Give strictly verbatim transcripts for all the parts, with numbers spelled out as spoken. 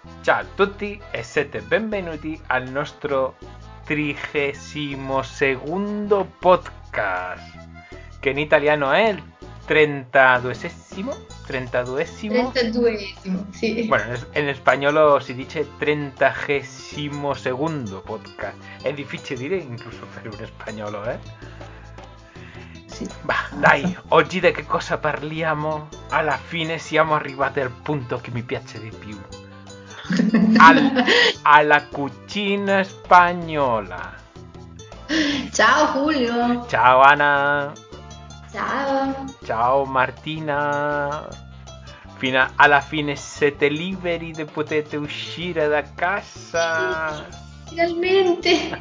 Ciao a tutti e siete benvenuti al nostro trigesimo secondo podcast, che in italiano è il trentaduesimo, trentaduesimo. trentaduesimo, sì. Bueno, en, en español si dice trentagesimo segundo podcast. È difficile dire incluso per un spagnolo, eh? Sì. Bah, dai, oggi di che cosa parliamo? Alla fine siamo arrivati al punto che mi piace di più. Al, alla cucina spagnola. Ciao Julio. Ciao Ana. Ciao. Ciao Martina. Fino alla fine siete liberi e potete uscire da casa. Finalmente.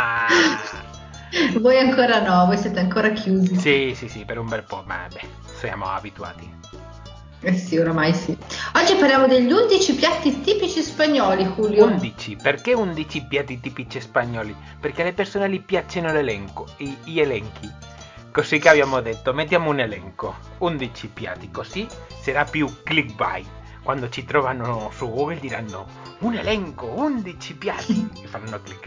Voi ancora no, voi siete ancora chiusi. Sì, sì, sì, per un bel po', ma beh, siamo abituati. Eh sì, oramai sì. Oggi parliamo degli undici piatti tipici spagnoli, Julio. undici, perché undici piatti tipici spagnoli? Perché alle persone gli piacciono l'elenco, i, gli elenchi. Così che abbiamo detto, mettiamo un elenco, undici piatti, così sarà più clickbait. Quando ci trovano su Google diranno, un elenco, undici piatti, e faranno click.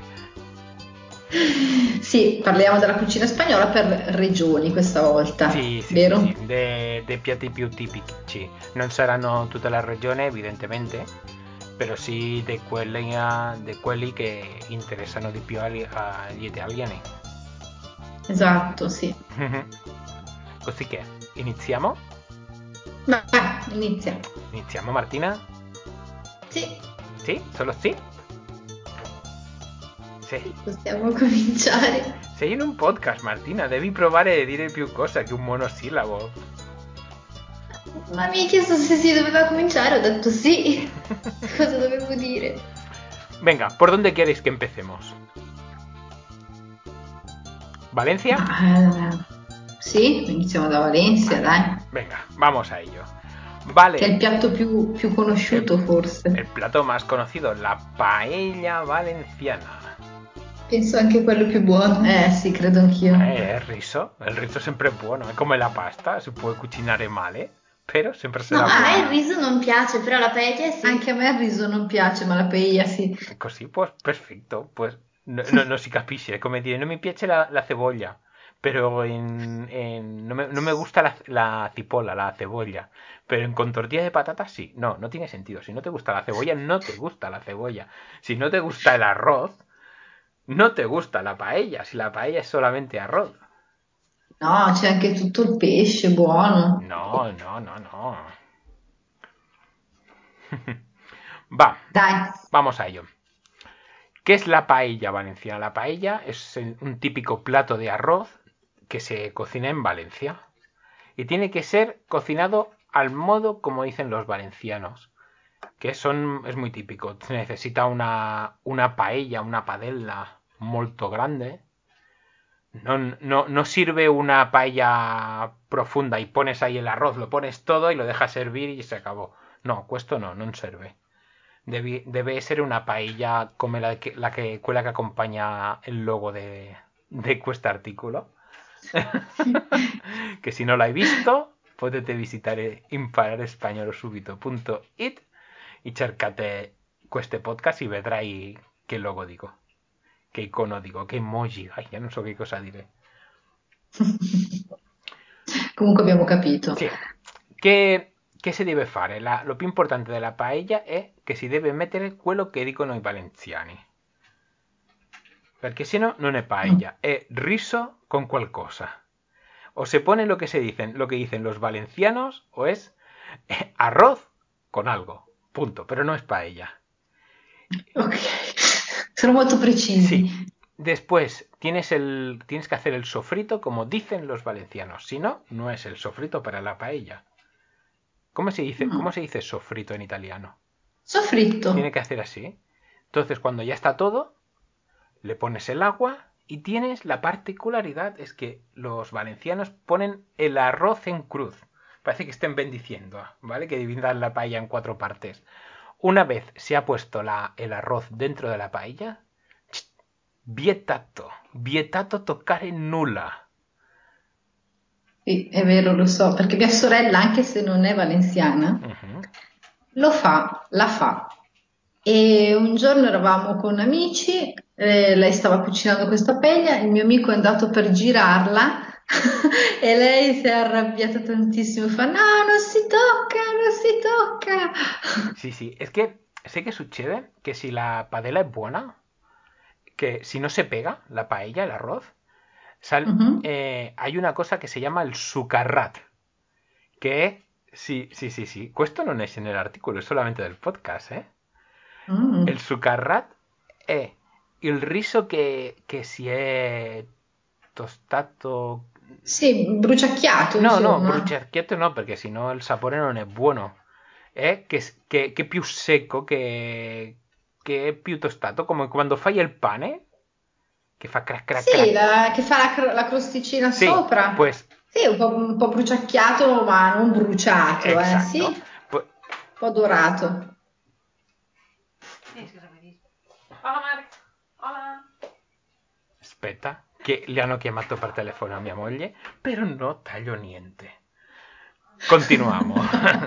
Sì, parliamo della cucina spagnola per regioni questa volta, Sì, sì, vero? sì, sì, dei, dei piatti più tipici. Non saranno tutta la regione, evidentemente, però sì di quelli, di quelli che interessano di più agli, agli italiani. Esatto, sì. Così che, iniziamo? Vai, inizia. Iniziamo Martina? Sì, Sì? Solo sì? Sì. sì, possiamo cominciare. Sei in un podcast Martina, devi provare a dire più cose che un monosillabo. Ma mi hai chiesto se si doveva cominciare, ho detto sì. Cosa dovevo dire? Venga, ¿por dónde quieres que empecemos? ¿Valencia? Ma, eh, sì, iniziamo da Valencia, Vale, dai. venga, vamos a ello. Che è il Vale, piatto più, più el, conosciuto forse. el plato más conocido, la paella valenciana. Penso anche quello più buono. Eh sì, credo anch'io. Eh, il riso, il riso sempre è buono, è come la pasta, si può cucinare male, però sempre No, sarà a me il buona. riso non piace, però la paella sì. Anche a me il riso non piace, ma la paella sì. Così, pues, perfetto, pues no, no, no si capisce, è come dire, non mi piace la, la cebolla, pero en, en- no, me, no me gusta la, la cipolla, la cebolla, pero en con tortilla de patatas sí, no, no tiene sentido, si no te gusta la cebolla, no te gusta la cebolla, si no te gusta el arroz, no te gusta la paella, si la paella es solamente arroz. No, c'è anche tutto il pesce buono. No, no, no, no. Va, Dai. vamos a ello. ¿Qué es la paella valenciana? La paella es un típico plato de arroz que se cocina en Valencia y tiene que ser cocinado al modo como dicen los valencianos, que son, es muy típico. Se necesita una, una paella, una padella molto grande. No, no, no sirve una paella profunda y pones ahí el arroz, lo pones todo y lo dejas servir y se acabó. No, esto no, no sirve. Debe, debe ser una paella come la que, la que, quella che accompagna il logo de, de questo articolo. Che se non l'hai visto potete visitare impararespagnolo.subito.it e cercate questo podcast e vedrai che logo dico, che icono dico, che emoji, ai, io non so che cosa dire. Comunque abbiamo capito. Sì, che, che si deve fare? La, lo più importante della paella è che si deve mettere quello che dicono i valenziani. Perché se no non è paella, è riso con qualcosa. O se pone lo que se dicen, lo que dicen los valencianos, o es arroz con algo. Punto. Pero no es paella. Ok, sono molto precisi. Sí. Después tienes, el, tienes que hacer el sofrito como dicen los valencianos. Si no, no es el sofrito para la paella. ¿Cómo se dice, cómo se dice sofrito en italiano? Tiene Soffritto. que hacer así. Entonces, cuando ya está todo, le pones el agua y tienes la particularidad es que los valencianos ponen el arroz en cruz. Parece que estén bendiciendo, ¿vale? Que dividan la paella en cuatro partes. Una vez se ha puesto la, el arroz dentro de la paella, vietato, vietato toccare nulla. Sì, è vero, lo so, perché mia sorella, anche se non è valenziana, Uh-huh. lo fa, la fa. E un giorno eravamo con amici, eh, lei stava cucinando questa paella, il mio amico è andato per girarla e lei si è arrabbiata tantissimo, fa no, non si tocca, non si tocca. Sí, sí. Es que sé que sucede que si la padela es buena, que si no se pega la paella, el arroz, sal- Mhm. eh, hay una cosa que se llama el sucarrat, que sí, sí, sí, sí. Questo non è nell'articolo, è solamente del podcast, eh? Il Mm. sucarrat è il riso che, che si è tostato. Sì, bruciacchiato, No, no, insomma. bruciacchiato no, perché sennò il sapore non è buono. È che, che, che è più secco, che, che è più tostato, come quando fai il pane, che fa crac crac Sì, crac. la- che fa la, cro- la crosticina Sì, sopra. pues, Sì, un po', un po' bruciacchiato, ma non bruciato, eh, sì, exacto. un Pues, po' dorato. hola, Marc. Hola. Aspetta, che li hanno chiamato per telefono a mia moglie, però no taglio niente. Continuamos.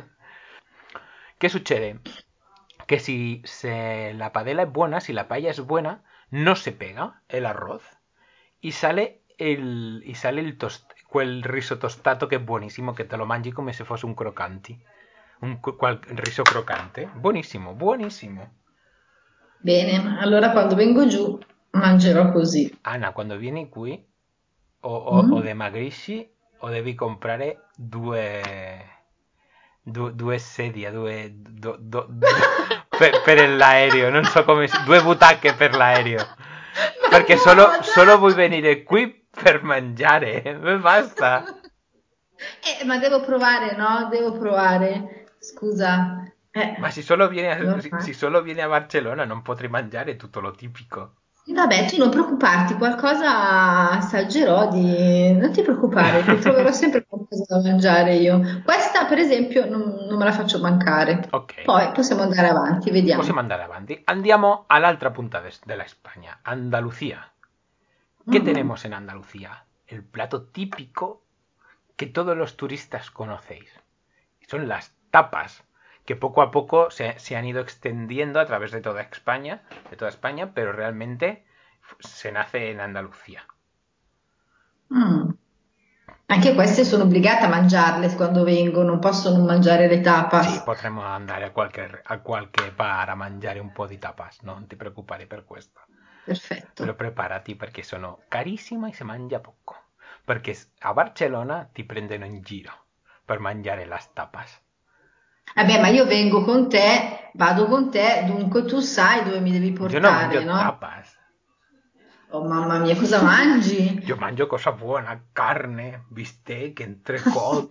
¿Qué sucede? Que si se, la padela es buena, si la paella es buena, no se pega el arroz y sale el, y sale el tost, quel riso tostato che è buonissimo, che te lo mangi come se fosse un crocanti. Un qual, riso croccante. Buonissimo, buonissimo. Bene, allora quando vengo giù mangerò così. Anna, quando vieni qui o, o, o Mm? dimagrisci o devi comprare due, due, due sedie, due, do, do, do, per, per l'aereo, non so come si, due butacche per l'aereo. Ma Perché no, solo, solo vuoi dai! venire qui per mangiare, e basta. Eh, ma devo provare, no? Devo provare. Scusa. Ma Eh, se solo vieni a, si, normale. si solo vieni a Barcellona non potrai mangiare tutto lo tipico. Vabbè, tu non preoccuparti, qualcosa assaggerò di... Non ti preoccupare, che troverò sempre qualcosa da mangiare io. Questa, per esempio, non, non me la faccio mancare. Ok, Poi possiamo andare avanti, possiamo vediamo. andare avanti. Andiamo all'altra punta de, della Spagna, Andalucía. ¿Qué Mm. tenemos en Andalucía? El plato típico que todos los turistas conocéis. Son las tapas, que poco a poco se, se han ido extendiendo a través de toda España, de toda España, pero realmente se nace en Andalucía. Mm. Anche queste sono obbligata a mangiarle quando vengo, non posso non mangiare le Sì, tapas. potremmo andare a qualche, a qualche bar a mangiare un po' di tapas, non ti preoccupare per questo. Però Perfetto. preparati perché sono carissime e si mangia poco. Perché a Barcellona ti prendono in giro per mangiare las tapas. Vabbè, ma io vengo con te, vado con te, dunque tu sai dove mi devi Yo no portare, mangio no? tapas. Oh mamma mia, cosa mangi? Yo mangio cosa buona, carne, bistec, entrecot.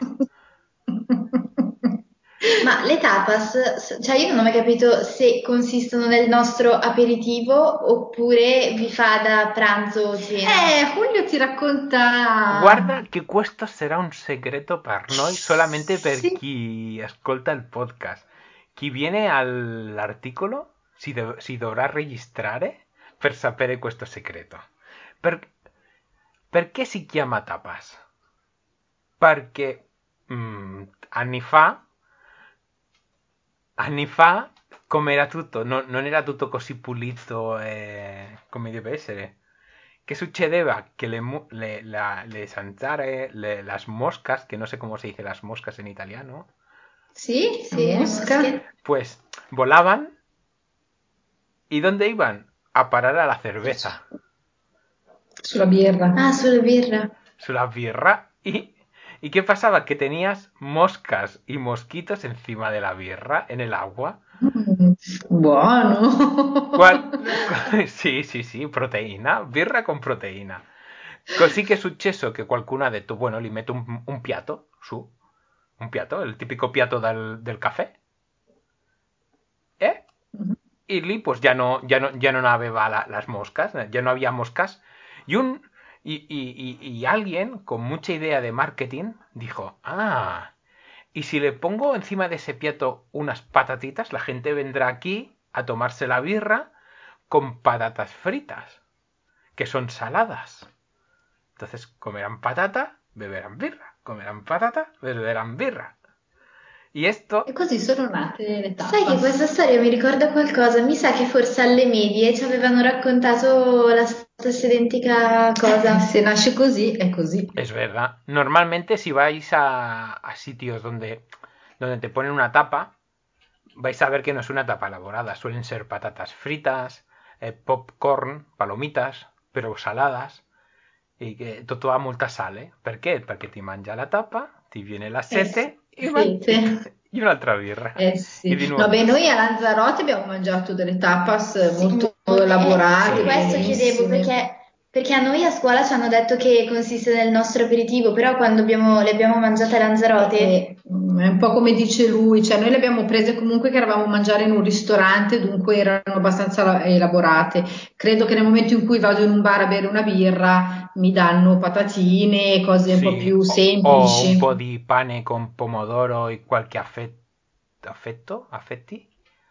Ma le tapas, s- cioè io non ho mai capito se consistono nel nostro aperitivo oppure vi fa da pranzo o cena. Eh, Julio ti Guarda racconta... che questo sarà un segreto per noi solamente per Sì. chi ascolta il podcast. Chi viene all'articolo si, dov- si dovrà registrare per sapere questo segreto. Per- perché si chiama tapas? Perché mm, anni fa, anni fa, come era tutto, no- non era tutto così pulito e come deve essere. ¿Qué sucedeva? Que le, mu- le, la- le zanzare, le- las moscas, que no sé cómo se dice las moscas en italiano, Sì, la Sì, le mosca. mosche. pues volaban y ¿dónde iban? A parar a la cerveza, Sulla birra. Ah, solo birra. su la birra. ¿Y, ¿Y qué pasaba? Que tenías moscas y mosquitos encima de la birra, en el agua. Mm, buono. ¿Cuál? Sí, sì, sì, proteina, birra con proteina. Così che è successo che qualcuno ha detto, bueno, li metto un, un piatto su, un piatto, il tipico piatto del, del caffè, ¿eh? Y Lee pues ya no, ya no, ya no había la, las moscas, ya no había moscas. Y un y, y, y, y alguien con mucha idea de marketing dijo, ah, y si le pongo encima de ese plato unas patatitas, la gente vendrá aquí a tomarse la birra con patatas fritas, que son saladas. Entonces comerán patata, beberán birra, comerán patata, beberán birra. Y esto, E così sono nate le Sai che tapas. questa storia mi ricorda qualcosa? Mi sa che forse alle medie ci avevano raccontato la stessa identica cosa. Se nasce così, è così. es verdad, normalmente si vais a, a sitios donde, donde te ponen una tapa, vais a ver que no es una tapa elaborada. Suelen ser patatas fritas, eh, popcorn, palomitas, però saladas, i que tot va molta sal, eh? Per què? Perquè ti mangia la tapa, ti viene la Eh sì, sete e, man- fete. e un'altra birra. Eh E sì. di No, nuovo. beh, noi a Lanzarote abbiamo mangiato delle tapas Sì, molto mo- elaborate, eh, per questo chiedevo, buonissime. perché, perché a noi a scuola ci hanno detto che consiste nel nostro aperitivo, però quando abbiamo- le abbiamo mangiate a Lanzarote, E, mm, è un po' come dice lui, cioè noi le abbiamo prese comunque che eravamo a mangiare in un ristorante, dunque erano abbastanza la- elaborate. Credo che nel momento in cui vado in un bar a bere una birra mi danno patatine, cose un po' Sì, più o, o un po' semplici. di pane con pomodoro e qualche affetto, affetto? Affetti?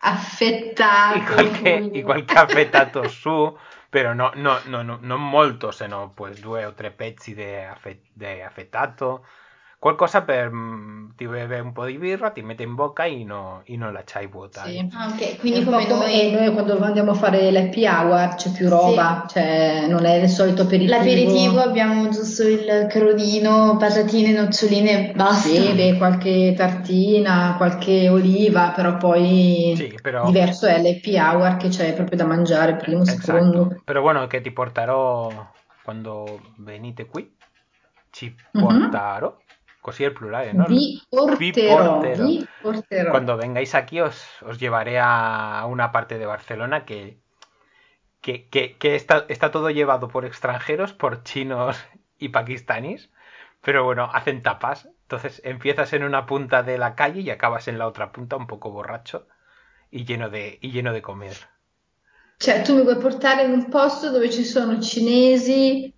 E Affettato, qualche, e Fulvio. qualche affettato su, però no, no, no, no, non molto, se no pues due o tre pezzi di affe- di affettato. Qualcosa per... mm, ti beve un po' di birra, ti mette in bocca e, no, e non la c'hai vuota. Sì. Eh. ah, ok, È quindi un po' come come e noi, noi quando andiamo a fare l'happy hour c'è più sì. roba, cioè non è il solito L'aperitivo aperitivo. abbiamo giusto il crodino, patatine, noccioline e basta. Sì, beh, qualche tartina, qualche oliva, però poi Sì, però... diverso è l'happy hour che c'è proprio da mangiare, primo, Esatto, secondo. però bueno, che ti porterò quando venite qui, ci Mhm. portarò, così è il plurale, ¿no? Vi Vi porterò, porterò. vi porterò. Cuando vengáis aquí os, os llevaré a una parte de Barcelona que, que, que, que está, está todo llevado por extranjeros, por chinos y pakistaníes, pero bueno, hacen tapas. Entonces empiezas en una punta de la calle y acabas en la otra punta un poco borracho y lleno de, y lleno de comer. Cioè, tu mi vuoi portare in un posto dove ci sono cinesi,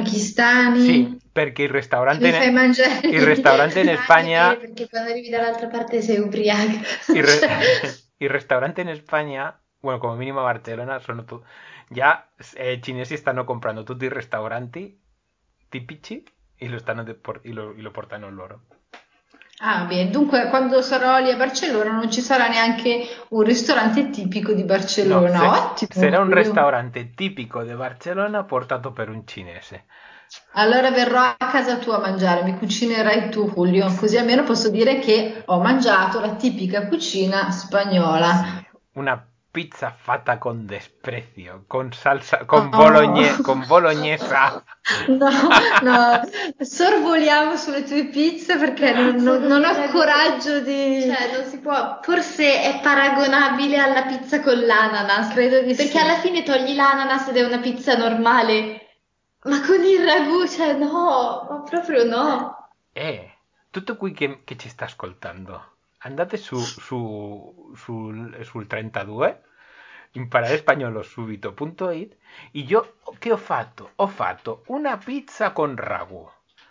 Sì, pakistani, perché il e ristorante mi in, fai mangiare il ristorante in Anche bene Spagna perché quando arrivi dall'altra parte sei ubriaca. il, re- Cioè, il ristorante in Spagna, bueno, come minimo a Barcelona, sono tu- già eh, i cinesi stanno comprando tutti i ristoranti tipici e lo, stanno depor- e lo, e lo portano loro. ah, bene, dunque quando sarò lì a Barcellona non ci sarà neanche un ristorante tipico di No, Barcellona. se- Ottimo, sarà un Giulio. ristorante tipico di Barcellona portato per un cinese. Allora verrò a casa tua a mangiare, mi cucinerai tu, Julio, così almeno posso dire che ho mangiato la tipica cucina Sì, spagnola. una pizza fatta con desprecio, con salsa, con, Oh. bologne- con bolognesa. No, no, sorvoliamo sulle tue pizze perché non, non- Solo non che ho il ragù, coraggio di... cioè non si può, forse è paragonabile alla pizza con l'ananas, Credo di perché sì. alla fine togli l'ananas ed è una pizza normale, ma con il ragù, cioè no, ma proprio no. Eh, tutto qui che, che ci sta ascoltando, andate su, su, sul, sul trentadue, imparare spagnolo subito punto it e io che ho fatto? Ho fatto una pizza con ragù.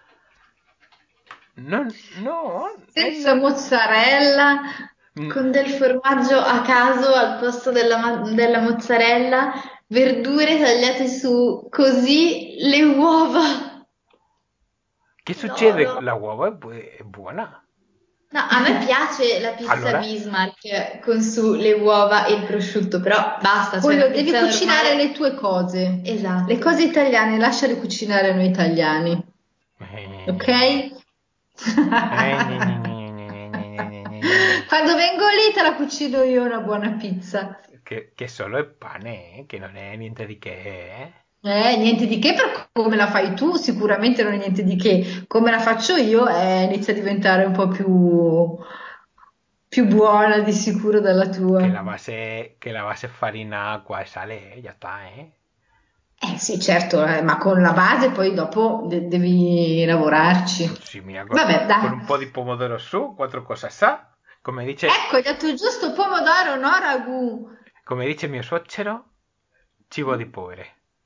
Non, no, eh, Senza non, mozzarella, mm, Con del formaggio a caso al posto della, ma- della mozzarella, verdure tagliate su, così le uova. ¿qué No, succede? no. La uova è, bu- è buona. No, a me piace la pizza Allora, Bismarck con su le uova e il prosciutto, però basta, cioè Julio, una devi pizza cucinare normale. le tue cose. Le Esatto. cose italiane, lasciale cucinare a noi italiani, ok? eh, eh, gni, gni, gni, gni, gni, gni, gni, gni, gni. Quando vengo lì te la cucino io una buona pizza. Che, che solo è pane, eh, che non è niente di che. Eh. Eh, niente di che per come la fai tu, sicuramente non è niente di che. Come la faccio io, eh, inizia a diventare un po' più, più buona di sicuro dalla Que tua. la base, que la base es farina, agua y sale, eh, ya está, ¿eh? Eh sì, certo, eh, ma con la base poi dopo de- devi lavorarci. Sí, mira, con, Vabbè, con dai. un po' di pomodoro su, quattro cosas sa, come dice, Ecco, hai detto giusto pomodoro, no ragù. come dice mio suocero, cibo di Mm? poveri.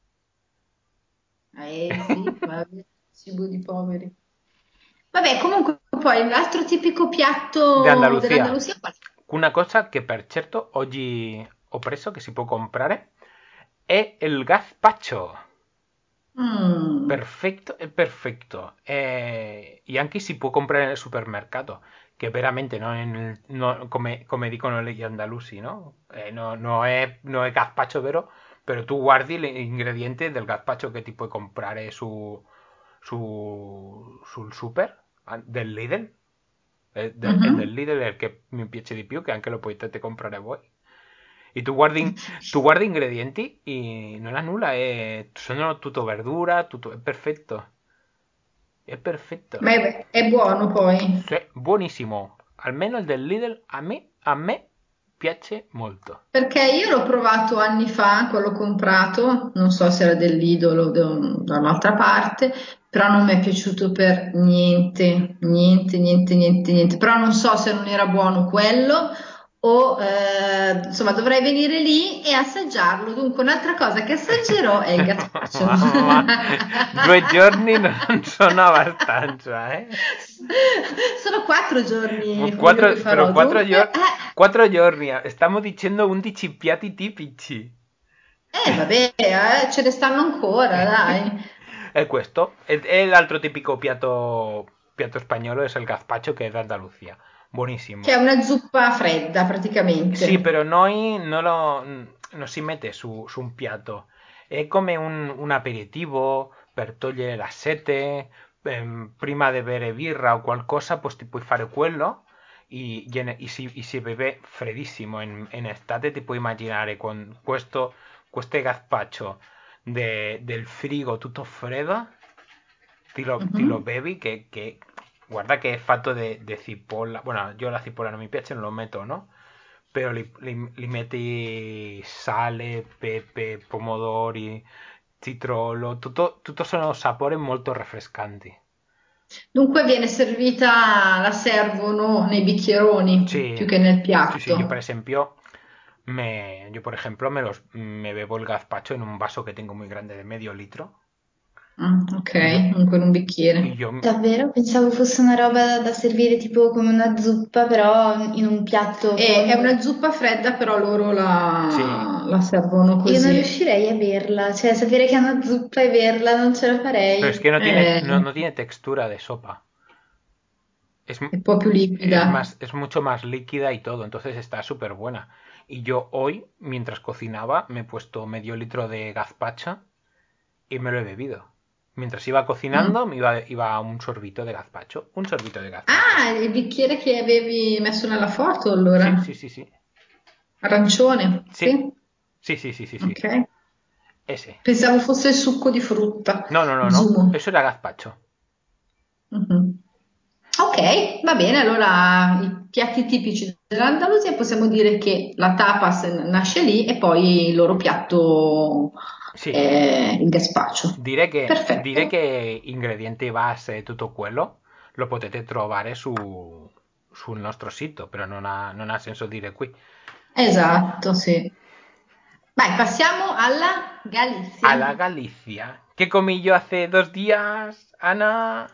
Eh sì, vabbè, cibo di poveri. Vabbè, comunque poi l'altro tipico De piatto Andalucía. dell'Andalusia qual Una cosa che per certo oggi ho preso, che si può comprare, è il gazpacho. è? Mm. Perfecto, è perfetto. Eh, y anche si può comprare nel supermercato, che veramente non, è nel- no- come, come dicono gli andalusi, no? Eh, no, no è, no è gazpacho vero, però tu guardi gli ingredienti del gazpacho che ti puoi comprare su, su, sul super ah, del Lidl. Il, de- il del Mhm. Lidl è il che mi piace di più, che anche lo potete comprare voi. E tu guardi, tu guardi ingredienti e non ha nulla, è, sono tutto verdura, tutto, è perfetto. È perfetto. Ma è, è buono poi. Sì, buonissimo. Almeno il del Lidl a me, a me piace molto. Perché io l'ho provato anni fa, quello comprato, non so se era dell'idolo o da da un'altra parte, però non mi è piaciuto per niente, niente, niente, niente, niente. Però non so se non era buono quello o eh, insomma dovrei venire lì e assaggiarlo. Dunque, un'altra cosa che assaggerò è il gazpacho. Mamma, due giorni non sono abbastanza, eh? Sono quattro giorni quello che Quattro, però farò. quattro, Dunque, gior- eh, quattro giorni, stiamo dicendo undici piatti tipici. Eh, vabbè, eh, ce ne stanno ancora, dai. E questo è, è l'altro tipico piatto, piatto spagnolo, es el gazpacho che è d'Andalusia. Che Buonissimo. è una zuppa fredda, Sì, praticamente. però noi non, lo, non si mette su, su un piatto. È come un, un aperitivo per togliere la sete. Ehm, prima di bere birra o qualcosa, pues ti puoi fare quello. E, e, e si, e si beve freddissimo. In, in estate ti puoi immaginare con questo, questo gazpacho de- del frigo tutto freddo. Ti lo, ti lo Mhm. bevi che, che guarda che è fatto di cipolla. Bueno, io la cipolla non mi piace, non lo metto, no? Però li, li- li metti sale, pepe, pomodori, citrollo, tutto, tutto sono sapori molto rinfrescanti. Dunque viene servita, la servono nei bicchieroni Sí, più che nel sí, sí, yo por piatto. ejemplo, me, yo por ejemplo me, los, me bebo el gazpacho en un vaso que tengo muy grande de medio litro Ah, ok, y yo, dunque in un y bicchiere. yo, Davvero? Pensavo fosse una roba da, da servire tipo come una zuppa, però in un piatto E- è con... una zuppa fredda, però loro sí, la, la servono Io non così. riuscirei a berla, cioè sapere che è una zuppa e berla non ce la pero es farei. que no tiene, Eh, no, no tiene textura de sopa. Es, è un po' più es liquida. más, es mucho más líquida y todo, entonces está súper buena. Y yo hoy, mientras cocinaba, me he puesto medio litro de gazpacho y me lo he bebido. Mientras iba Mm. cocinando, me iba, iba un sorbito de gazpacho. Un sorbito de gazpacho. Ah, il bicchiere che avevi messo nella foto, Sí, allora. sí, sí, sí. Arancione, Sí, sì? sí, sí, sí, sí, sí. Ok. Ese. Pensavo fosse il succo di frutta, No, no, no, no. zumo. Eso era gazpacho. Mhm. Ok, va bene, allora i piatti tipici dell'Andalusia possiamo dire che la tapas nasce lì e poi il loro piatto Sí. è il gazpacho. Diré que, diré Perfetto, che ingredienti base e tutto quello lo potete trovare su, sul nostro sito, però non ha, non ha senso dire qui. esatto, sì. Vai, passiamo alla A la Galizia. Galicia. ¿Qué comí yo hace dos días, Ana?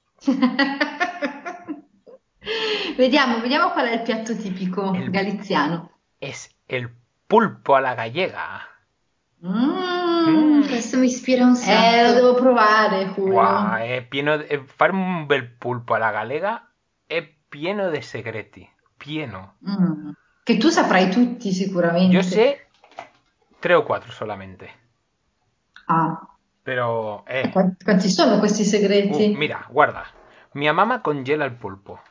Vediamo, vediamo qual è il piatto tipico El, galiziano. es el pulpo a la gallega. Mm, Mm. Questo mi ispira un eh, lo sacco. devo provare, Buah, Julio. è pieno de, eh, fare un bel pulpo alla galega è pieno di segreti. Pieno. Mm. Che tu saprai tutti Yo sicuramente. sé tres o cuatro solamente. Ah, Pero, e eh. quanti, quanti sono questi Uh, segreti? mira, guarda. Mia mamma congela il pulpo.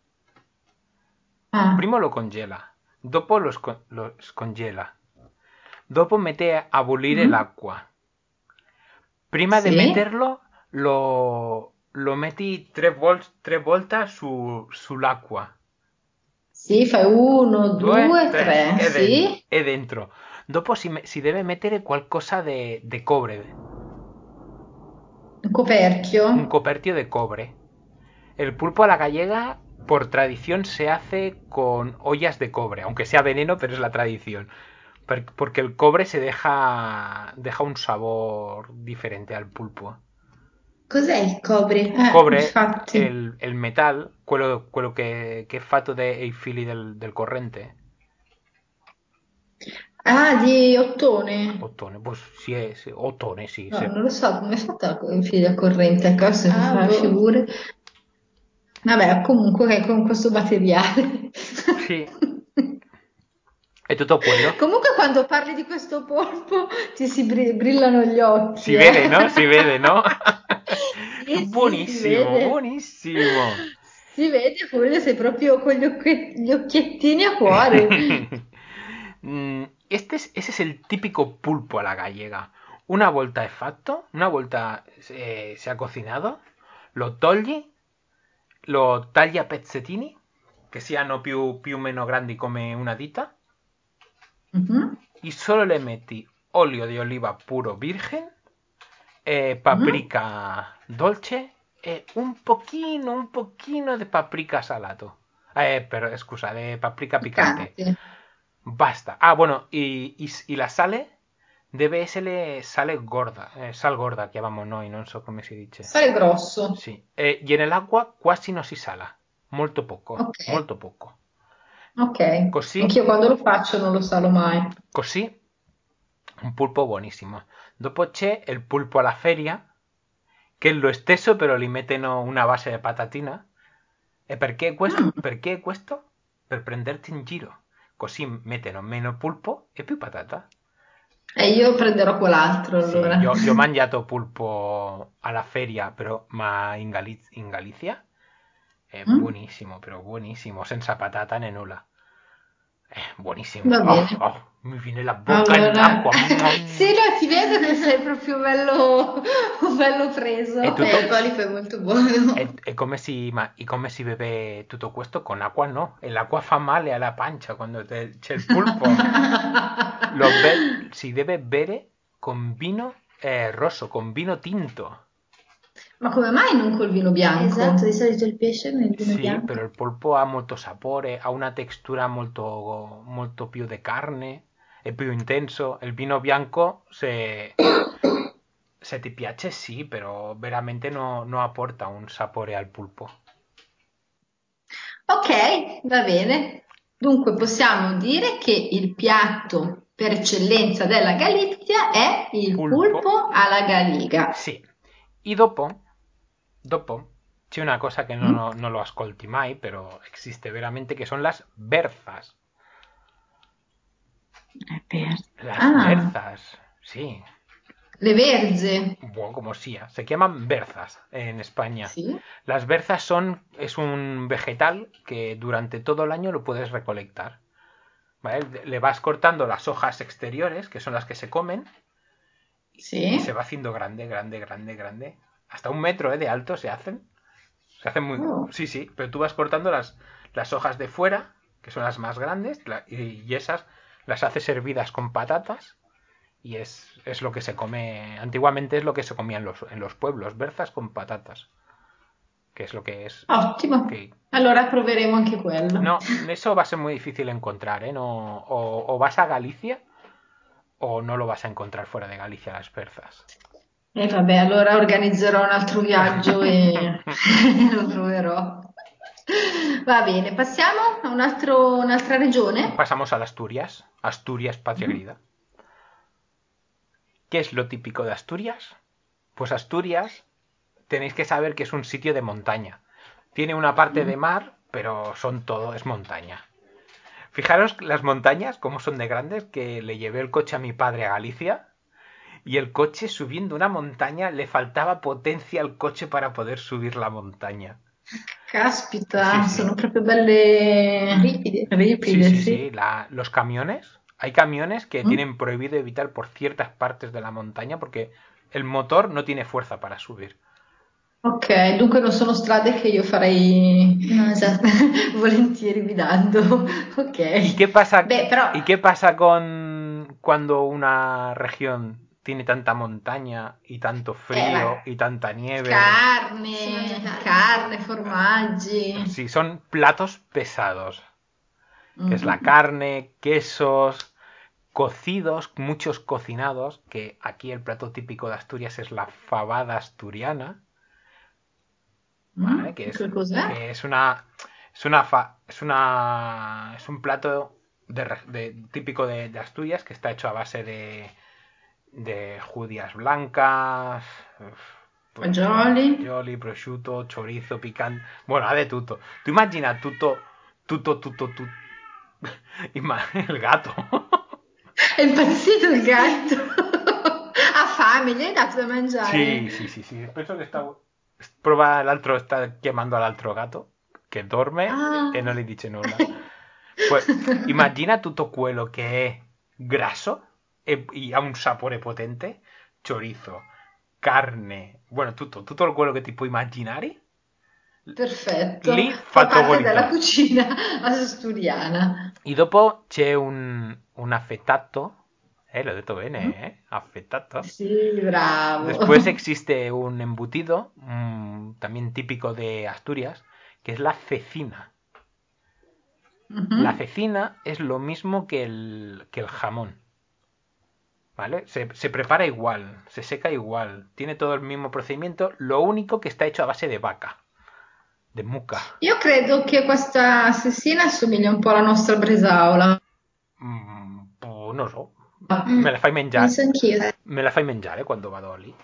Ah, Primo lo congela. Dopo lo, sco- lo scongela. Dopo mette a bollire mm, l'acqua. Prima di sì, metterlo, lo, lo metti tre, vol- tre volte su, sull'acqua. sì, fai uno, Due, due, tre. tre, E, den- sì. e dentro. Dopo si, me- si deve mettere qualcosa di cobre. Un coperchio. Un coperchio de cobre. El pulpo a la gallega, por tradición, se hace con ollas de cobre, aunque sea veneno, pero es la tradición. Porque el cobre se deja, deja un sabor diferente al pulpo. Cos'è il cobre? Eh, Cobre, infatti. el, el metal, quello, quello che, che è fatto dei fili del, del corrente, Ah, di ottone. ottone, pues sì, è, sì, ottone, sì, No, sì. non lo so come è fatta in figlia corrente, ecco, se mi Ah, fa le boh. figure. Vabbè, comunque con questo materiale. Sì, è tutto quello. Comunque quando parli di questo polpo ti si bri- brillano gli occhi, Si vede, eh? no? Si vede, no? È Sì, sì, si buonissimo, vede. buonissimo. Si vede, pure sei proprio con gli, occhi- gli occhiettini a cuore. Mm, Este es, ese es el típico pulpo a la gallega. Una volta è fatto, una volta eh, se ha cocinado, lo togli, lo tagli a pezzettini, che siano più, più o meno grandi come una dita, Mhm, y solo le metti olio di oliva puro virgen, eh, mhm. paprika dolce e un pochino, un pochino de paprika salato. Eh, pero, scusa, de paprika picante. Piccante. Basta. Ah, bueno, y, y, y la sale debe essere sale gorda, eh, sal gorda chiamavamo noi, non so come si dice. Sale grosso. Sì. E, y en el agua quasi non si sala, molto poco, Ok, molto poco. ok. Così, Anch'io quando lo faccio non lo salo mai. così, un pulpo buonissimo. Dopo c'è il pulpo alla feria, che è lo stesso, però li mettono una base di patatina. E perché questo? Mm. Perché questo? Per prenderti in giro. Così mettono meno pulpo e più patata. E io prenderò quell'altro Sì, allora. io, io ho mangiato pulpo alla feria, però, ma in, Galiz- in Galizia è Mm? buonissimo, però buonissimo, senza patata né nulla. È buonissimo. Va Oh, bene. oh, mi viene la bocca in Allora, acqua. sì, Mm. no, ti vedo che sei proprio bello, bello E preso. Eh, tutto, il polipo è molto buono. e, e come si, ma, e come si beve tutto questo? Con acqua no. E l'acqua fa male alla pancia quando te- c'è il pulpo. Lo be- si deve bere con vino eh, rosso, con vino tinto. Ma come mai non col vino Esatto, di bianco? solito il pesce nel vino Sì, bianco. però il polpo ha molto sapore, ha una textura molto, molto più di carne, è più intenso. Il vino bianco, se, se ti piace, sì, però veramente no, no apporta un sapore al pulpo. Ok, va bene. Dunque possiamo dire che il piatto per eccellenza della Galizia è il Pulpo, polpo alla gallega. sì. E dopo, dopo c'è una cosa che non, Mm? ho- non lo ascolti mai, però esiste veramente, che sono las berzas. È vero. Las Ah, berzas, sí. le verze. Bueno, como sea, se llaman berzas en España. Sì. Las berzas son, es un vegetal que durante todo el año lo puedes recolectar. ¿Vale? Le vas cortando las hojas exteriores, que son las que se comen, y se Sì. va haciendo grande, grande, grande, grande. Hasta un metro ¿eh? de alto se hacen. Se hacen muy... Oh, Sí, sí, pero tú vas cortando las, las hojas de fuera, que son las más grandes, y, y esas las haces hervidas con patatas y es, es lo que se come. Antiguamente es lo que se comía en los, en los pueblos, berzas con patatas, que es lo que es. ottimo. Que Allora proveremo anche quello. no, eso va a ser muy difícil encontrar, ¿eh? No, o, o vas a Galicia o no lo vas a encontrar fuera de Galicia las berzas. E vabbè, allora organizzerò un altro viaggio e lo proverò. Va bene, passiamo a un altro- un'altra regione. Pasamos a Asturias. Asturias, patria Mhm. querida. ¿Qué es lo típico de Asturias? Pues Asturias tenéis que saber que es un sitio de montaña. Tiene una parte de mar, pero son todo, es montaña. Fijaros las montañas, como son de grandes, que le llevé el coche a mi padre a Galicia y el coche subiendo una montaña le faltaba potencia al coche para poder subir la montaña. Sí, Caspita, sí. sono proprio belle Ripide. Sí, ripide, sí, sì. sí. La, los camiones, hay camiones que Mm? tienen prohibido evitar por ciertas partes de la montaña porque el motor no tiene fuerza para subir. Ok, dunque non sono strade che io farei No, esatto. volentieri guidando. ¿Y Ok. qué pasa, Beh, però ¿y qué pasa con cuando una región tiene tanta montaña y tanto eh, frío la y tanta nieve? Si mangia carne, carne. carne, formaggi. Sí, son platos pesados, que Mm, es la mm, carne, quesos, cocidos, muchos cocinados, que aquí el plato típico de Asturias es la fabada asturiana, ¿vale? mm. Que es, Che cos'è? que es una, es una, fa- es una, es un plato de, de- típico de, de Asturias que está hecho a base de, de judías blancas, Fagioli. fagioli, prosciutto, chorizo, piccante. Bueno, ha de tutto. Tu immagina tutto, tutto, tutto, tutto. Il gatto. È impazzito il gatto. Ha fame, gli hai dato da mangiare? Sì, sì, sì, sì. Penso che sta... Prova, l'altro sta chiamando all'altro gatto, che dorme Ah. e non gli dice nulla. Pues, immagina tutto quello che è grasso e, e ha un sapore potente, chorizo, carne, bueno, tutto, tutto quello che ti puoi immaginare, Perfetto. lì Fa fatto parte della bonito. cucina asturiana. E dopo c'è un, un affettato, eh, l'ho detto Mm? bene, eh, affettato. Sì, Después bravo. existe un embutido, mm, también típico de Asturias, que es la cecina. La Mhm. cecina es lo mismo que el, que el jamón. ¿Vale? Se, se prepara igual, se seca igual, tiene todo el mismo procedimiento, lo único que está hecho a base de vaca, de muca. Io credo che questa assassina assomiglia un po' alla nostra bresaola. Mm, pues no so, Mm, me la fai mengiare, penso anch'io. me la fai mengiare quando vado lì,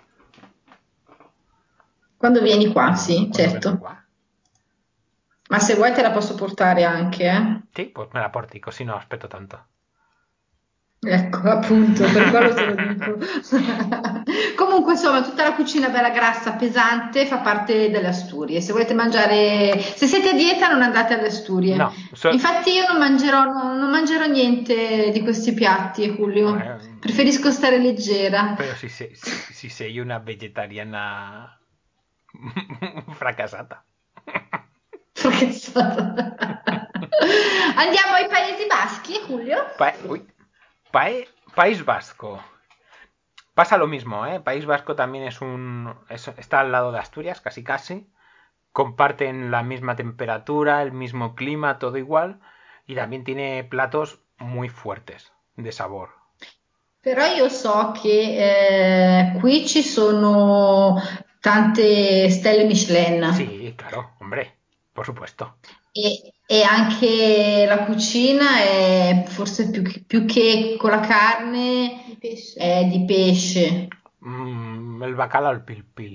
Quando vieni qua, sì, quando vengo certo. qua. Ma se vuoi te la posso portare anche, eh? Sì, pues me la porti, così no aspetto tanto. Ecco, appunto, per quello te lo dico. Comunque, insomma, tutta la cucina bella grassa, pesante, fa parte delle Asturie. Se volete mangiare, se siete a dieta, non andate alle Asturie. No, so- Infatti, io non mangerò, non, non mangerò niente di questi piatti, Julio. bueno, Preferisco stare leggera. pero si, se- si, si sei una vegetariana fracassata. Fracassata. Andiamo ai Paesi Baschi, Julio? Pa- uy, Pae- País Vasco. Pasa lo mismo, ¿eh? País Vasco también es un... es- está al lado de Asturias, casi casi. Comparten la misma temperatura, el mismo clima, todo igual. Y también tiene platos muy fuertes de sabor. Però io so che eh, qui ci sono tante stelle Michelin Sí, claro, hombre, por supuesto. e, e anche la cucina è forse più, che- più che con la carne Di pesce. è di pesce. Mm, el bacalao al pil pil.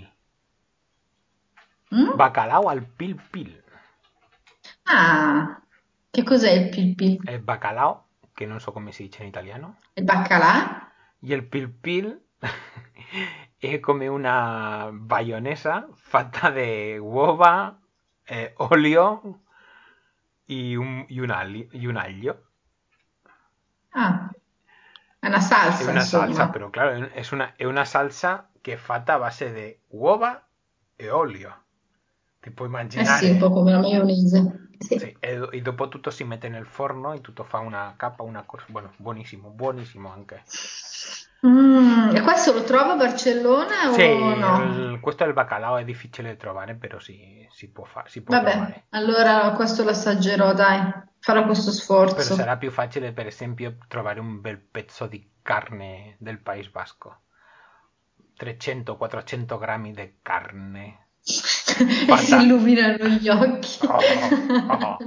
Mm? Bacalao al pil pil. Ah, che cos'è il pilpil? El bacalao, que no sé cómo se dice en italiano. Il baccalà? Y el pil pil es come una bayonesa fatta de uova, eh, olio y un, y, un ali- y un aglio. Ah, è una Es salsa, una salsa, insomma. pero claro, es una, es una salsa que è fatta a base de uova e olio. Ti puoi Eh sì, un po' immaginare. come la maionese. Sì, e, e dopo tutto si mette nel forno e tutto fa una capa, una cosa. Bueno, buonissimo, buonissimo anche. Mm, e questo lo trovo a Barcellona Sì, o no? il- questo è il bacalao, è difficile da trovare, però si, si può fa- si può Vabbè, trovare. allora questo lo assaggerò, dai, farò questo Però sforzo. sarà più facile, per esempio, trovare un bel pezzo di carne del País Vasco. trecento quattrocento grammi di carne E si fatta. illuminano gli occhi. Oh, oh.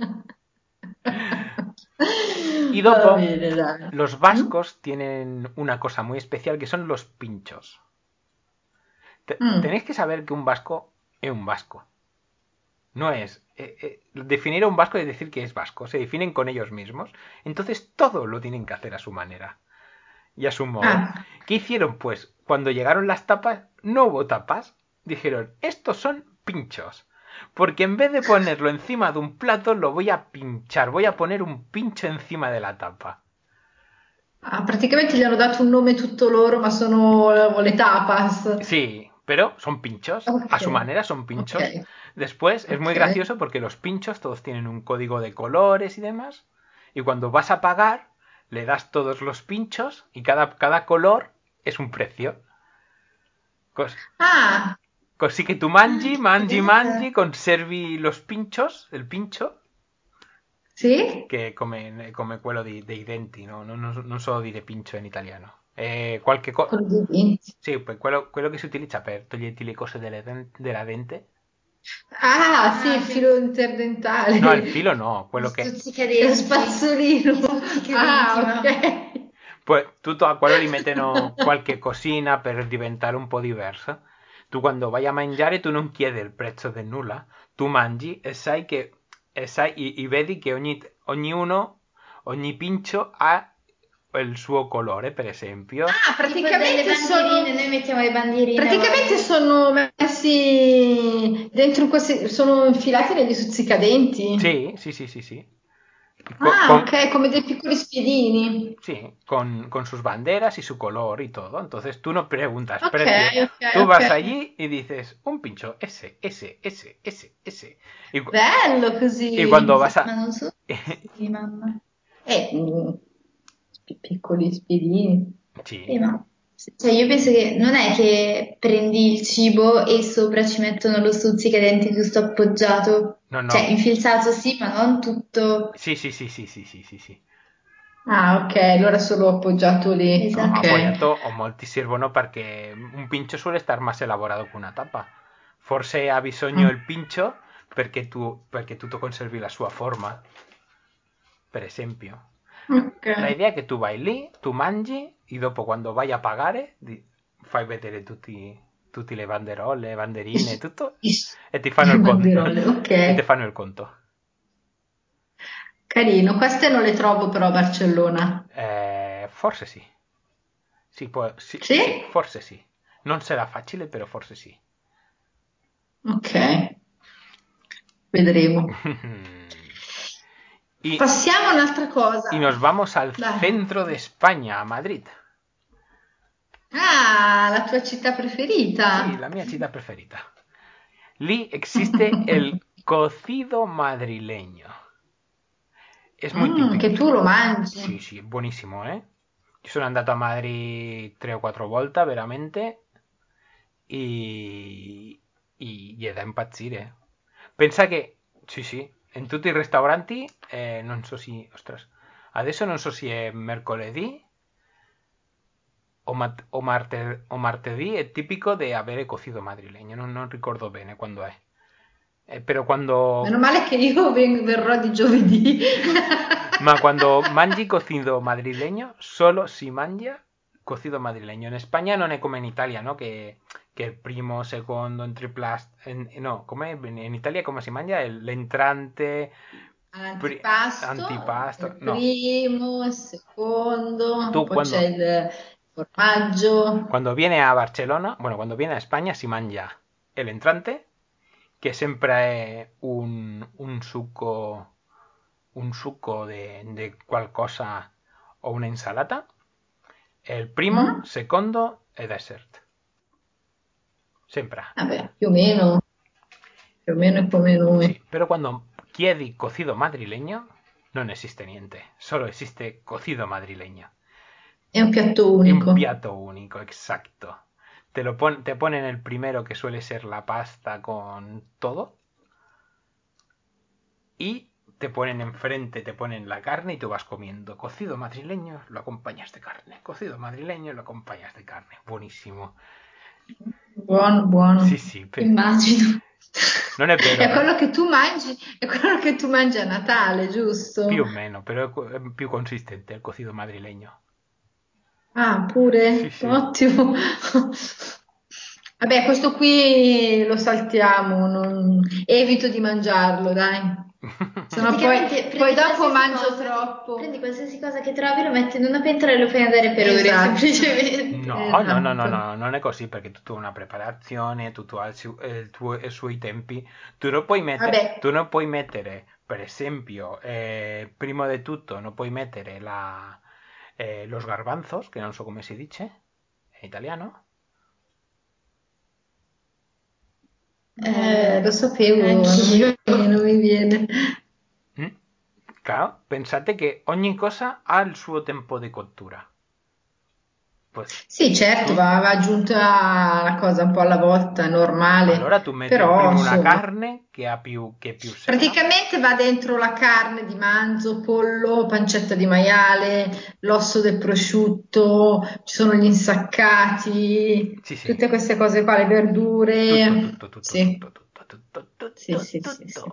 Y Va dopo, bene, dai. los Mm? vascos tienen una cosa muy especial que son los pinchos. Te- Mm. tenéis que saber que un vasco es un vasco. No es. Eh, eh, definir a un vasco es decir que es vasco. Se definen con ellos mismos. Entonces todo lo tienen que hacer a su manera y a su modo. Ah, ¿Qué hicieron? Pues cuando llegaron las tapas, no hubo tapas. Dijeron, estos son pinchos. Porque en vez de ponerlo encima de un plato, lo voy a pinchar. Voy a poner un pincho encima de la tapa. ah, praticamente gli hanno dato un nome tutto loro, ma sono eh, le tapas. Sí, pero son pinchos. Ok, A su manera son ok, pinchos. Después es muy ok. gracioso porque los pinchos todos tienen un código de colores y demás. Y cuando vas a pagar, le das todos los pinchos y cada, cada color es un precio. Cos- Ah, Così che tu Ah, mangi, che mangi, figata. mangi, conservi los pinchos, il pincho, sì? che è come, come quello di- dei denti, no? Non, non- non so dire pincho in italiano. È qualche cosa... Quello dei denti. Sì, poi quello, quello che si utilizza per toglierti le cose delle den- della dente. Ah, sì, Ah, il che filo No, il interdentale. filo no, lo quello che... È lo stuzzicadenti. spazzolino. Stuzzicadenti, Ah, va. ok. Poi tutto a quello gli mettono qualche cosina per diventare un po' diverso. Tu quando vai a mangiare tu non chiedi il prezzo del nulla, tu mangi e sai che e, sai, e, e vedi che ogni, ognuno, ogni pincio ha il suo colore, per esempio. Ah, Tipo delle praticamente sono, bandierine, noi mettiamo le bandierine. a praticamente volte. sono messi dentro questi, sono infilati negli stuzzicadenti. Sì, sì, sì, sì, sì. Co- Ah, con, ok, come dei piccoli spiedini. sí, con, con sus banderas y su color y todo. Entonces tú no preguntas Ok, precio. ok, Tú ok. vas allí y dices un pincho, ese, ese, ese, ese, ese. Y, cu- Bello y cuando così. vas Ma a... non so sì, mamma. Eh, mm, pi- piccoli spiedini. Sì, Sí, ma cioè, io penso che non è che prendi il cibo e sopra ci mettono lo stuzzicadenti giusto appoggiato, no, cioè no. infilzato sì, ma non tutto. Sí, sí, sí, sí, sí, sí, sí, sí. Ah, ok, allora solo appoggiato lì. No, Esatto. Ok. apoyato o molti servono perché un pincho suele estar más elaborado que una tapa. Forse ha bisogno Mm, il pincho perché tu, perché tu conservi la sua forma, per esempio. ok. La idea è che tu vai lì, tu mangi e dopo quando vai a pagare di- fai vedere tutti, tutte le banderole, le banderine, tutto Is- e ti fanno il conto. Banderole, ok. E ti fanno il conto. Carino, queste non le trovo però a Barcellona. Eh, forse sì. Sì, può- sì, Sì? sì, forse sì. Non sarà facile, però forse sì. Ok, vedremo. Y, Passiamo a un'altra y cosa. nos vamos al Dai. centro de España, a Madrid. Ah, la tua città Sí, la preferita. mia città preferita. Lì existe el cocido madrileño. Es muy Mm, típico. che tu lo Sì, mangi. sì, è buonissimo, eh. Io sono andato a Madrid tre o quattro volte, veramente, e, e gli è da impazzire. Pensa che, sì, sì, in tutti i ristoranti, eh, non so se, ostras, adesso non so se è mercoledì o, mat- o, marte- o martedì, è tipico di avere cocido madrileño, non, non ricordo bene quando è. Eh, però quando Meno male che io ven- verrò di giovedì. Ma quando mangi cocido madrileño, solo si mangia cocido madrileño. En España non è come in Italia, ¿no? Que, que el primo, secondo, en triplas... En, no, come in Italia come si mangia? El- L'entrante, pri- All'antipasto, antipasto. il No, primo, il secondo, tu poi c'è quando, il formaggio. quando viene a Barcelona, bueno, quando viene a España si mangia el entrante, che sempre è un, un succo, un succo de, de qualcosa o una insalata. Il primo, Mm? secondo e dessert. Sempre. Vabbè, più o meno, più o meno è come Sì, noi. però quando chiedi cocido madrileño non esiste niente, solo esiste cocido madrileño. È un piatto È un unico. piatto único, exacto. Te, lo pon- te ponen el primero que suele ser la pasta con todo y te ponen enfrente, te ponen la carne y tú vas comiendo. Cocido madrileño, lo acompañas de carne. Cocido madrileño, lo acompañas de carne. Buonissimo. Buono, Sì, buono. sì, per- Immagino. non è vero, È quello eh? che tu mangi, è quello che tu mangi a Natale, Più giusto? o meno, però è più consistente il cocido madrileño. Ah, Sì, pure? sì. Ottimo. Vabbè, questo qui lo saltiamo, non- evito di mangiarlo, dai. Se no poi, Praticamente poi prendi dopo qualsiasi mangio cosa, troppo. prendi qualsiasi cosa che trovi, lo metti in una pentola e lo fai andare per ore, Esatto, semplicemente. No, no, no, no, esatto. no, non è così perché tutto ha una preparazione, tutto ha il, su- eh, il tuo- i suoi tempi. Tu non puoi mettere, Vabbè, tu non puoi mettere, per esempio, eh, prima di tutto, non puoi mettere la, eh, los garbanzos, che non so come si dice in italiano. eh, lo sapevo, non mi Anch'io. viene, non mi viene. Mm? Claro, pensate che ogni cosa ha il suo tempo di cottura. Pues Sì, certo, tu va, va aggiunta una cosa un po' alla volta, normale, allora tu metti però prima una insomma, carne che ha più, che è più secca. praticamente va dentro la carne di manzo, pollo, pancetta di maiale, l'osso del prosciutto, ci sono gli insaccati, Sì, sì. tutte queste cose qua, le Tutto, verdure. tutto, tutto, Sì, tutto, tutto, tutto, sì, tutto, sì, sì, tutto. sì.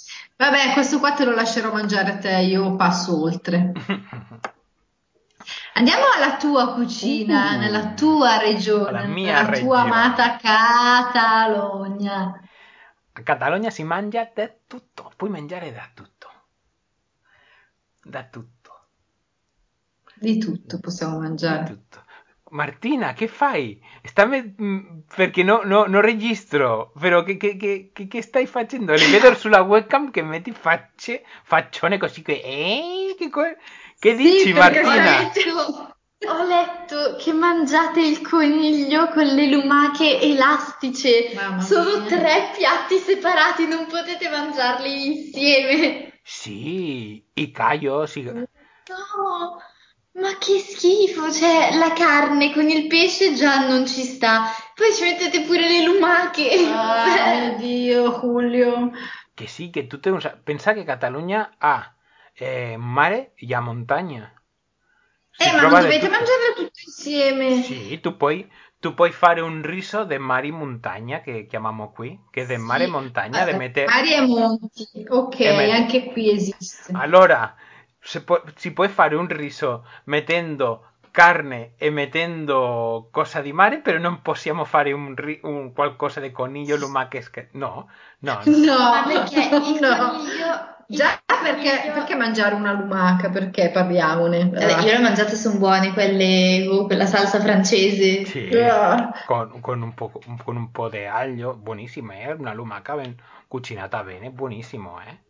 Vabbè, questo qua te lo lascerò mangiare a te, io passo oltre. Andiamo alla tua cucina, Uh, nella tua alla regione, mia nella tua amata regione. Catalogna. A Catalogna si mangia da tutto, puoi mangiare da tutto, da tutto, Di tutto possiamo di mangiare. tutto. Martina, che fai? Stammi, mm, perché no, no, non registro, però che, che, che, che- che stai facendo? Li vedo sulla webcam che metti facce, faccione così che... Eh, che, co- che dici, Sì, perché Ho Martina? letto, ho letto che mangiate il coniglio con le lumache elastiche. Mamma Sono mia. tre piatti separati, non potete mangiarli insieme. Sì, i callo, sì. No, ma che schifo! Cioè, la carne con il pesce già non ci sta. Poi ci mettete pure le lumache. Ah, mio Dio, Julio. Que sí, que tú te... Pensa que Catalunya ha eh, mare e ha montagna. Si Eh, ma non trova di dovete tutto. mangiarle tutte insieme. Sì, tu puoi, tu puoi fare un riso de mare e montagna, che chiamiamo qui, che de mare e Sì, montagna, de eh, mette... mari e monti. Ok, e met- anche qui esiste. Allora, se può- si può fare un riso mettendo carne e mettendo cosa di mare, però non possiamo fare un, ri- un qualcosa di coniglio, lumache... sche- No, no, no. Ma No, perché il no. coniglio, il Già perché, coniglio... perché mangiare una lumaca? Perché parliamone? Vabbè, io l'ho mangiato, sono buone quelle con quella salsa francese. Sì, Ah. con, con un po', con un po' di aglio, buonissimo, eh? Una lumaca ben cucinata bene, buonissimo, eh?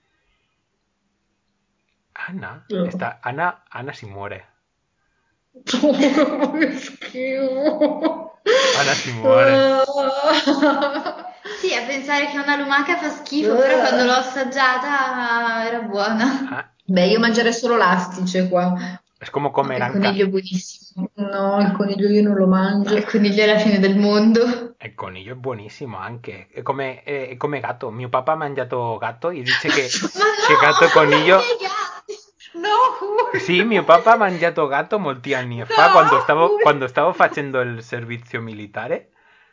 Anna, sta, Anna, Anna si muore. Che schifo. Anna si muore. Sì, a pensare che una lumaca fa schifo, però quando l'ho assaggiata era buona. Ah, Beh, io mangerei solo l'astice qua. es como No, comer il anca. coniglio è buonissimo. No, il coniglio io non lo No, il mangio. coniglio è la fine del mondo. Il coniglio è buonissimo anche. È come, è, è come gatto. Mio papà ha mangiato gatto e dice che, Ma che gatto e no, i coniglio... miei gatti! No, Sì, mio Julio. papà ha mangiato gatto molti anni fa quando No, stavo, Julio. quando stavo facendo il servizio militare.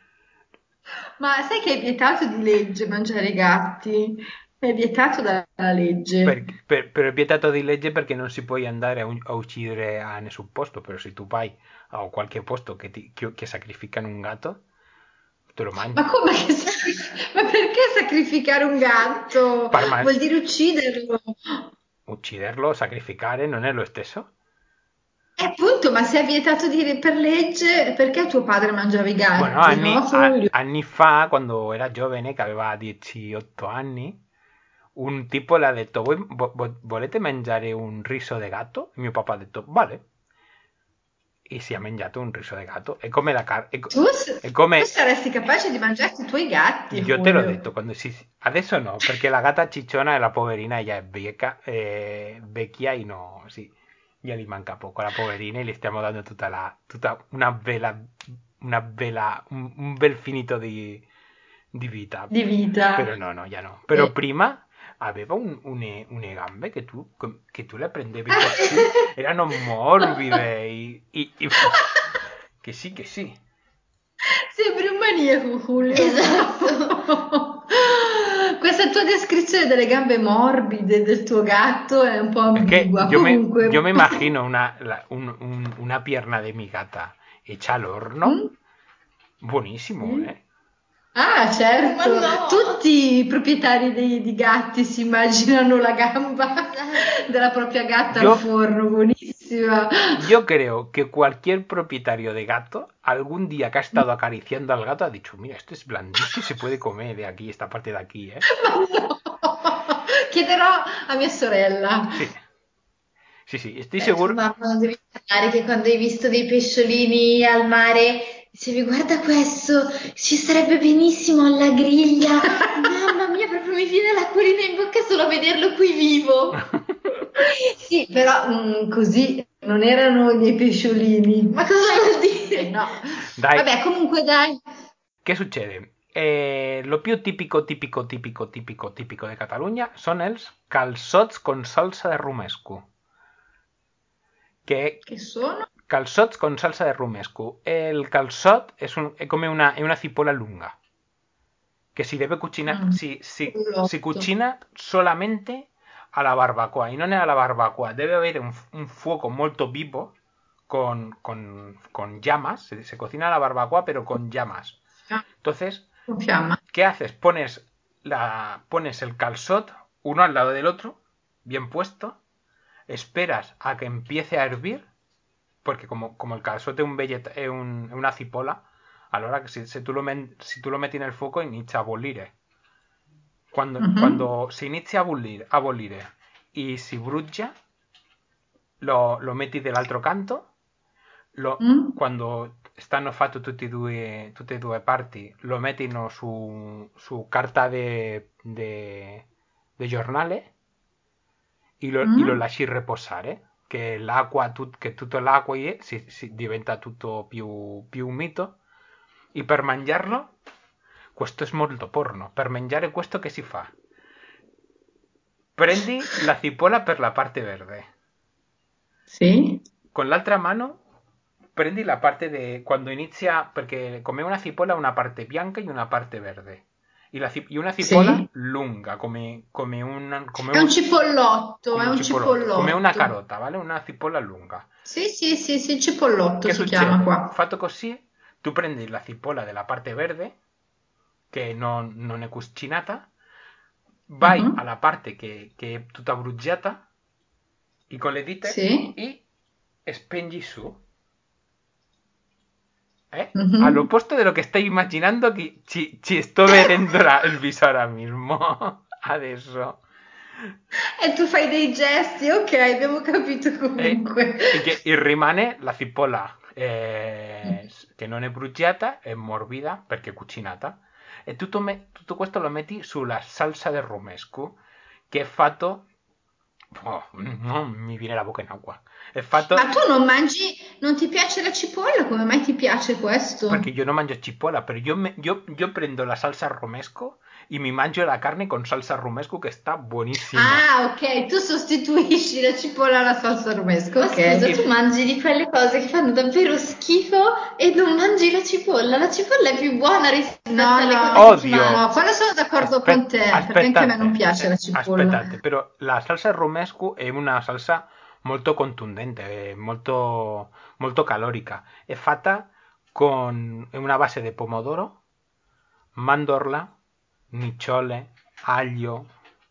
Ma sai che è vietato di legge mangiare i gatti? È vietato dalla legge. Per, per- però è vietato di legge perché non si può andare a, un- a uccidere a nessun posto, però se tu vai a qualche posto che, ti, che, che sacrificano un gatto, te lo mangi. Ma come che sacrif- Ma perché sacrificare un gatto? Per man- Vuol dire ucciderlo. ucciderlo, sacrificare, non è lo stesso? E appunto, ma se è vietato di- per legge, perché tuo padre mangiava i Bueno, gatti, anni, no, a- Fulvio? anni fa, quando era giovane, che aveva diciotto anni, un tipo le ha detto, "Voi vo- vo- volete mangiare un riso di gatto?" E mio papà ha detto, vale. E si è mangiato un riso di gatto. È come la carne... È, co- Tu, s- è tu come... saresti capace di mangiarti i tuoi gatti, Io te l'ho Julio. detto quando si... Adesso no, perché la gatta cicciona e la poverina ya è vecchia, eh, vecchia e no, sì, ya gli manca poco alla poverina e le stiamo dando tutta la... tutta una vela... una vela... un, un bel finito di, di vita. Di vita. Però no, no, ya no. Però Eh. prima aveva un- une, une gambe che tu, che tu le prendevi così, erano morbide e, e- e- che sì, che sì. Sembri un maniaco, Julio. Esatto. Questa tua descrizione delle gambe morbide del tuo gatto è un po' Es que ambigua. yo me, yo Comunque, me imagino una, la- un- un- una pierna de mi gata hecha al horno. mm? Buonissimo, Sì. eh? Ah, Ma certo. no! Tutti i proprietari dei- di gatti si immaginano la gamba Esatto. della propria gatta al Yo, forno, buonissima. yo creo que cualquier propietario de gato, algún día que ha estado acariciando al gato, ha dicho, mira, esto es blandito y se puede comer de aquí, esta parte de aquí, ¿eh? Ma no! Chiederò a mia sorella. Sí, sí, sí, estoy Beh, tua seguro. mamma non devi parlare che quando hai visto dei pesciolini al mare dicevi guarda questo, ci starebbe benissimo alla griglia. Mamma mia, proprio mi viene l'acquolina in bocca solo a vederlo qui vivo. Sì, però mm, così non erano i miei pesciolini. Ma cosa vuol Eh, dire? no. Dai, Vabbè, comunque dai. ¿qué sucede? Eh, lo più típico, típico, típico, típico, típico de Cataluña son els calçots con salsa de romesco. Que Che sono? calçots con salsa de romesco. El calçot es, un, es come una, è una cipolla lunga. Que si debe cucinar, Mm, si, si, si Lotto. cucina solamente a la barbacoa. Y non è a la barbacoa, deve avere un, un fuoco molto vivo con, con, con llamas, se, se cocina la barbacoa pero con llamas. Entonces, ¿qué haces? Pones, la, pones el calçot uno al lado del otro, bien puesto, esperas a que empiece a hervir, porque como, como el calçot es un vegeta, es un, una cipolla, a la hora que si, si, tú lo men, si tú lo metes en el fuoco inizia a bollire. Quando, uh-huh. quando si inizia a bollire, a bollire y si brucia, lo, lo metti dall'altro canto, lo, mm. quando stanno fatti tutti e due, tutte e due parti, lo mettino su, su carta de, de, de giornale e lo, mm. lo lasci riposare, che l'acqua, tut, che tutto l'acqua è, si, si diventa tutto più, più umito, e per mangiarlo, questo è molto porno, per mangiare questo che si fa? Prendi la cipolla per la parte verde. Sì. Con l'altra mano prendi la parte de quando inizia, perché come una cipolla ha una parte bianca e una parte verde. E, la, e una cipolla sì. lunga, come, come un... Come è un, un cipollotto, come è un cipollotto. cipollotto. Come una carota, vale? Una cipolla lunga. Sì, sì, sì, sì, cipollotto che si succede? chiama qua. Fatto così, tu prendi la cipolla della parte verde, che non, non è cucinata, vai uh-huh. alla parte che, che è tutta bruciata, e con le dita sì. e spingi su. ¿Eh? Uh-huh. Al opuesto de lo que estoy imaginando, che ci, ci sto vedendo il viso ora mismo. Adesso. E tu fai dei gesti, ok, abbiamo capito comunque. E, e che e rimane la cipolla eh, che non è bruciata, è morbida perché è cucinata. E tutto, me, tutto questo lo metti sulla salsa del romesco, che è fatto... Oh, mm, mi viene la bocca in acqua. È fatto... Ma tu non mangi, non ti piace la cipolla? Come mai ti piace questo? Perché io non mangio cipolla, però io, me, io, io prendo la salsa romesco e mi mangio la carne con salsa romesco che sta buonissima. Ah, ok, tu sostituisci la cipolla alla salsa romesco, ok. Ma scusa, tu mangi di quelle cose che fanno davvero schifo e non mangi la cipolla. La cipolla è più buona rispetto no, alle no, cose che odio. No, quello sono d'accordo Aspet- con te, perché anche a me non piace la cipolla. Aspettate, però la salsa romesco è una salsa molto contundente, molto, molto calorica. È fatta con una base di pomodoro, mandorla, nocciole, aglio,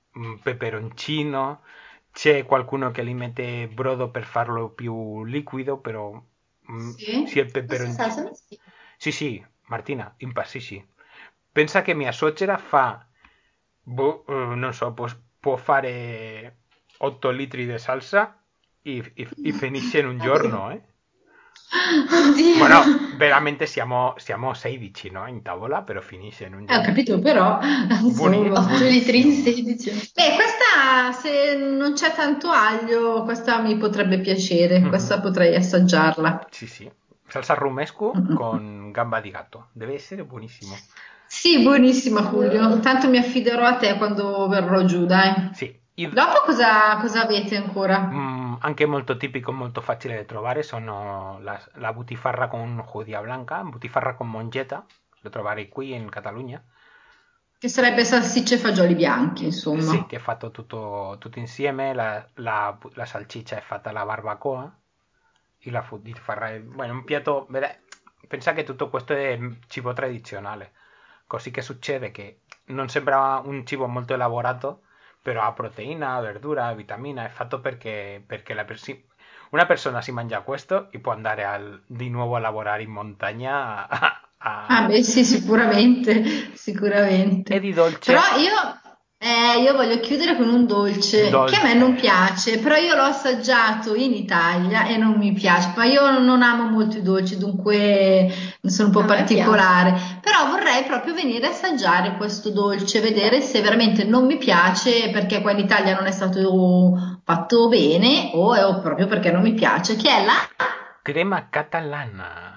peperoncino. C'è qualcuno che li mette brodo per farlo più liquido, però sì, sì il peperoncino. Sì, sì, Martina, impazzisci. Pensa che mia suocera fa, boh, non so, può, può fare otto litri di salsa e, e, e finisce in un giorno, eh? Oddio. Bueno, veramente siamo, siamo sedici, no? In tavola, però finisce in un giorno. Eh, ho capito, però Buoni, otto litri in sedici. Beh, questa se non c'è tanto aglio, questa mi potrebbe piacere, mm-hmm. questa potrei assaggiarla. Sì, sì. Salsa romesco mm-hmm. con gamba di gatto. Deve essere buonissimo. Sì, buonissima Julio. Tanto mi affiderò a te quando verrò giù, dai. Sì. Il... Dopo cosa, cosa avete ancora? Mm, anche molto tipico, molto facile da trovare sono la, la butifarra con judía blanca, butifarra con mongeta, lo troverei qui in Catalogna. Che sarebbe salsicce e fagioli bianchi, insomma. Sì, che è fatto tutto, tutto insieme, la, la, la salsiccia è fatta alla barbacoa e la butifarra è bueno, un piatto, pensa che tutto questo è cibo tradizionale, così che succede che non sembra un cibo molto elaborato, però ha proteina, verdura, vitamina, è fatto perché, perché la persi- una persona si mangia questo e può andare al, di nuovo a lavorare in montagna. A, a... Ah beh sì, sicuramente, sicuramente. E di dolce? Però io, eh, io voglio chiudere con un dolce, dolce che a me non piace, però io l'ho assaggiato in Italia e non mi piace, ma io non amo molto i dolci, dunque sono un po' particolare, però vorrei proprio venire a assaggiare questo dolce, vedere se veramente non mi piace perché qua in Italia non è stato fatto bene o è proprio perché non mi piace, che è la crema catalana.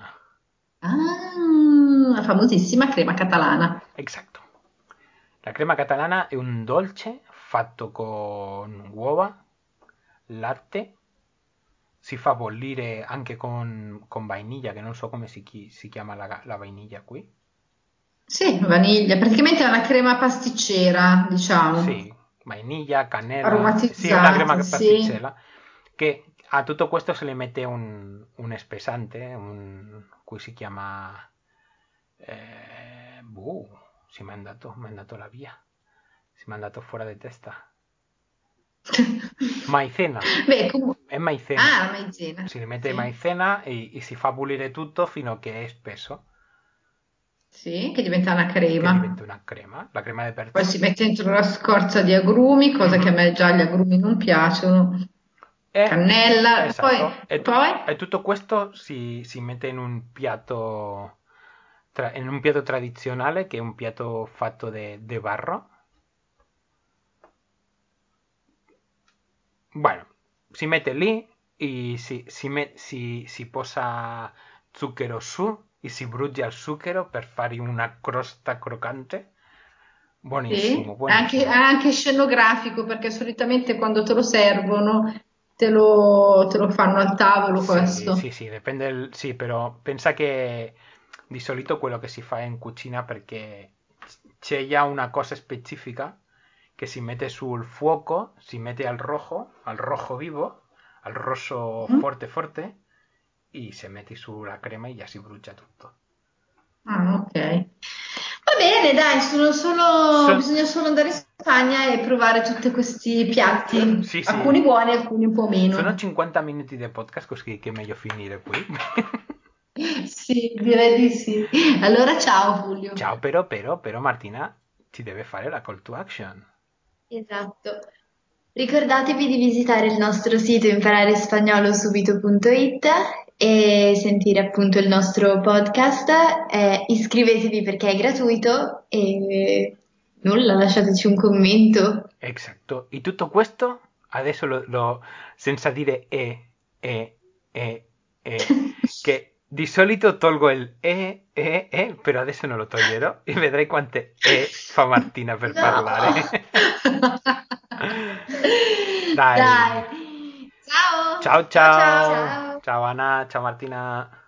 Ah, la famosissima crema catalana. Esatto. La crema catalana è un dolce fatto con uova, latte, si fa bollire anche con, con vainiglia, che non so come si, chi, si chiama la, la vainiglia qui. Sì, vaniglia, praticamente è una crema pasticcera, diciamo. Sì, vainiglia, cannella, Aromatizzata, sì, è una crema sì. pasticcera che a tutto questo se le mette un, un espesante, un, cui si chiama... Eh, buh, si mi è andato, mi è andato la via. Si mi è andato fuori di testa. Maizena. Beh, comunque... È maizena. Ah, la maizena. Si mette Sì. maizena e, e si fa bollire tutto fino a che è spesso. Sì, che diventa una Che crema. diventa una crema. La crema di Poi Bertone. si mette dentro la scorza di agrumi, cosa Mhm. che a me già gli agrumi non piacciono. E, Cannella, esatto. poi, E, poi e tutto questo si, si mette in un piatto tra- in un piatto tradizionale che è un piatto fatto di barro. Bueno, si mette lì e si, si, met- si- si posa zucchero su e si brucia il zucchero per fare una crosta croccante. Buonissimo, sì, è anche, è buonissimo. anche scenografico perché solitamente quando te lo servono te lo, te lo fanno al tavolo Sì, sì, questo. sì, dipende. il- Sì, però pensa che di solito quello che si fa in cucina perché c'è già una cosa specifica che si mette sul fuoco, si mette al rojo, al rojo vivo, al rosso Mm? forte forte e se metti sulla crema e già si brucia tutto. Ah, ok. Va bene, dai, sono solo, So- bisogna solo andare in Spagna e provare tutti questi piatti, sì, sì, alcuni buoni, alcuni un po' sono meno. cinquanta minuti di podcast così che è meglio finire qui. Sì, direi di sì. Allora, ciao Giulio. Ciao, però, però, però Martina ci deve fare la call to action. Esatto. Ricordatevi di visitare il nostro sito impararespagnolo subito punto it e sentire appunto il nostro podcast. Eh, iscrivetevi perché è gratuito e nulla, lasciateci un commento. Esatto. E tutto questo adesso lo, lo- senza dire e, e, e, e, che di solito tolgo il e, e, e, però adesso non lo toglierò e vedrai quante e fa Martina per No! parlare. Dai. Dai, ciao! Ciao Ciao ciao. ciao. Ciao! Ciao Anna, ciao Martina.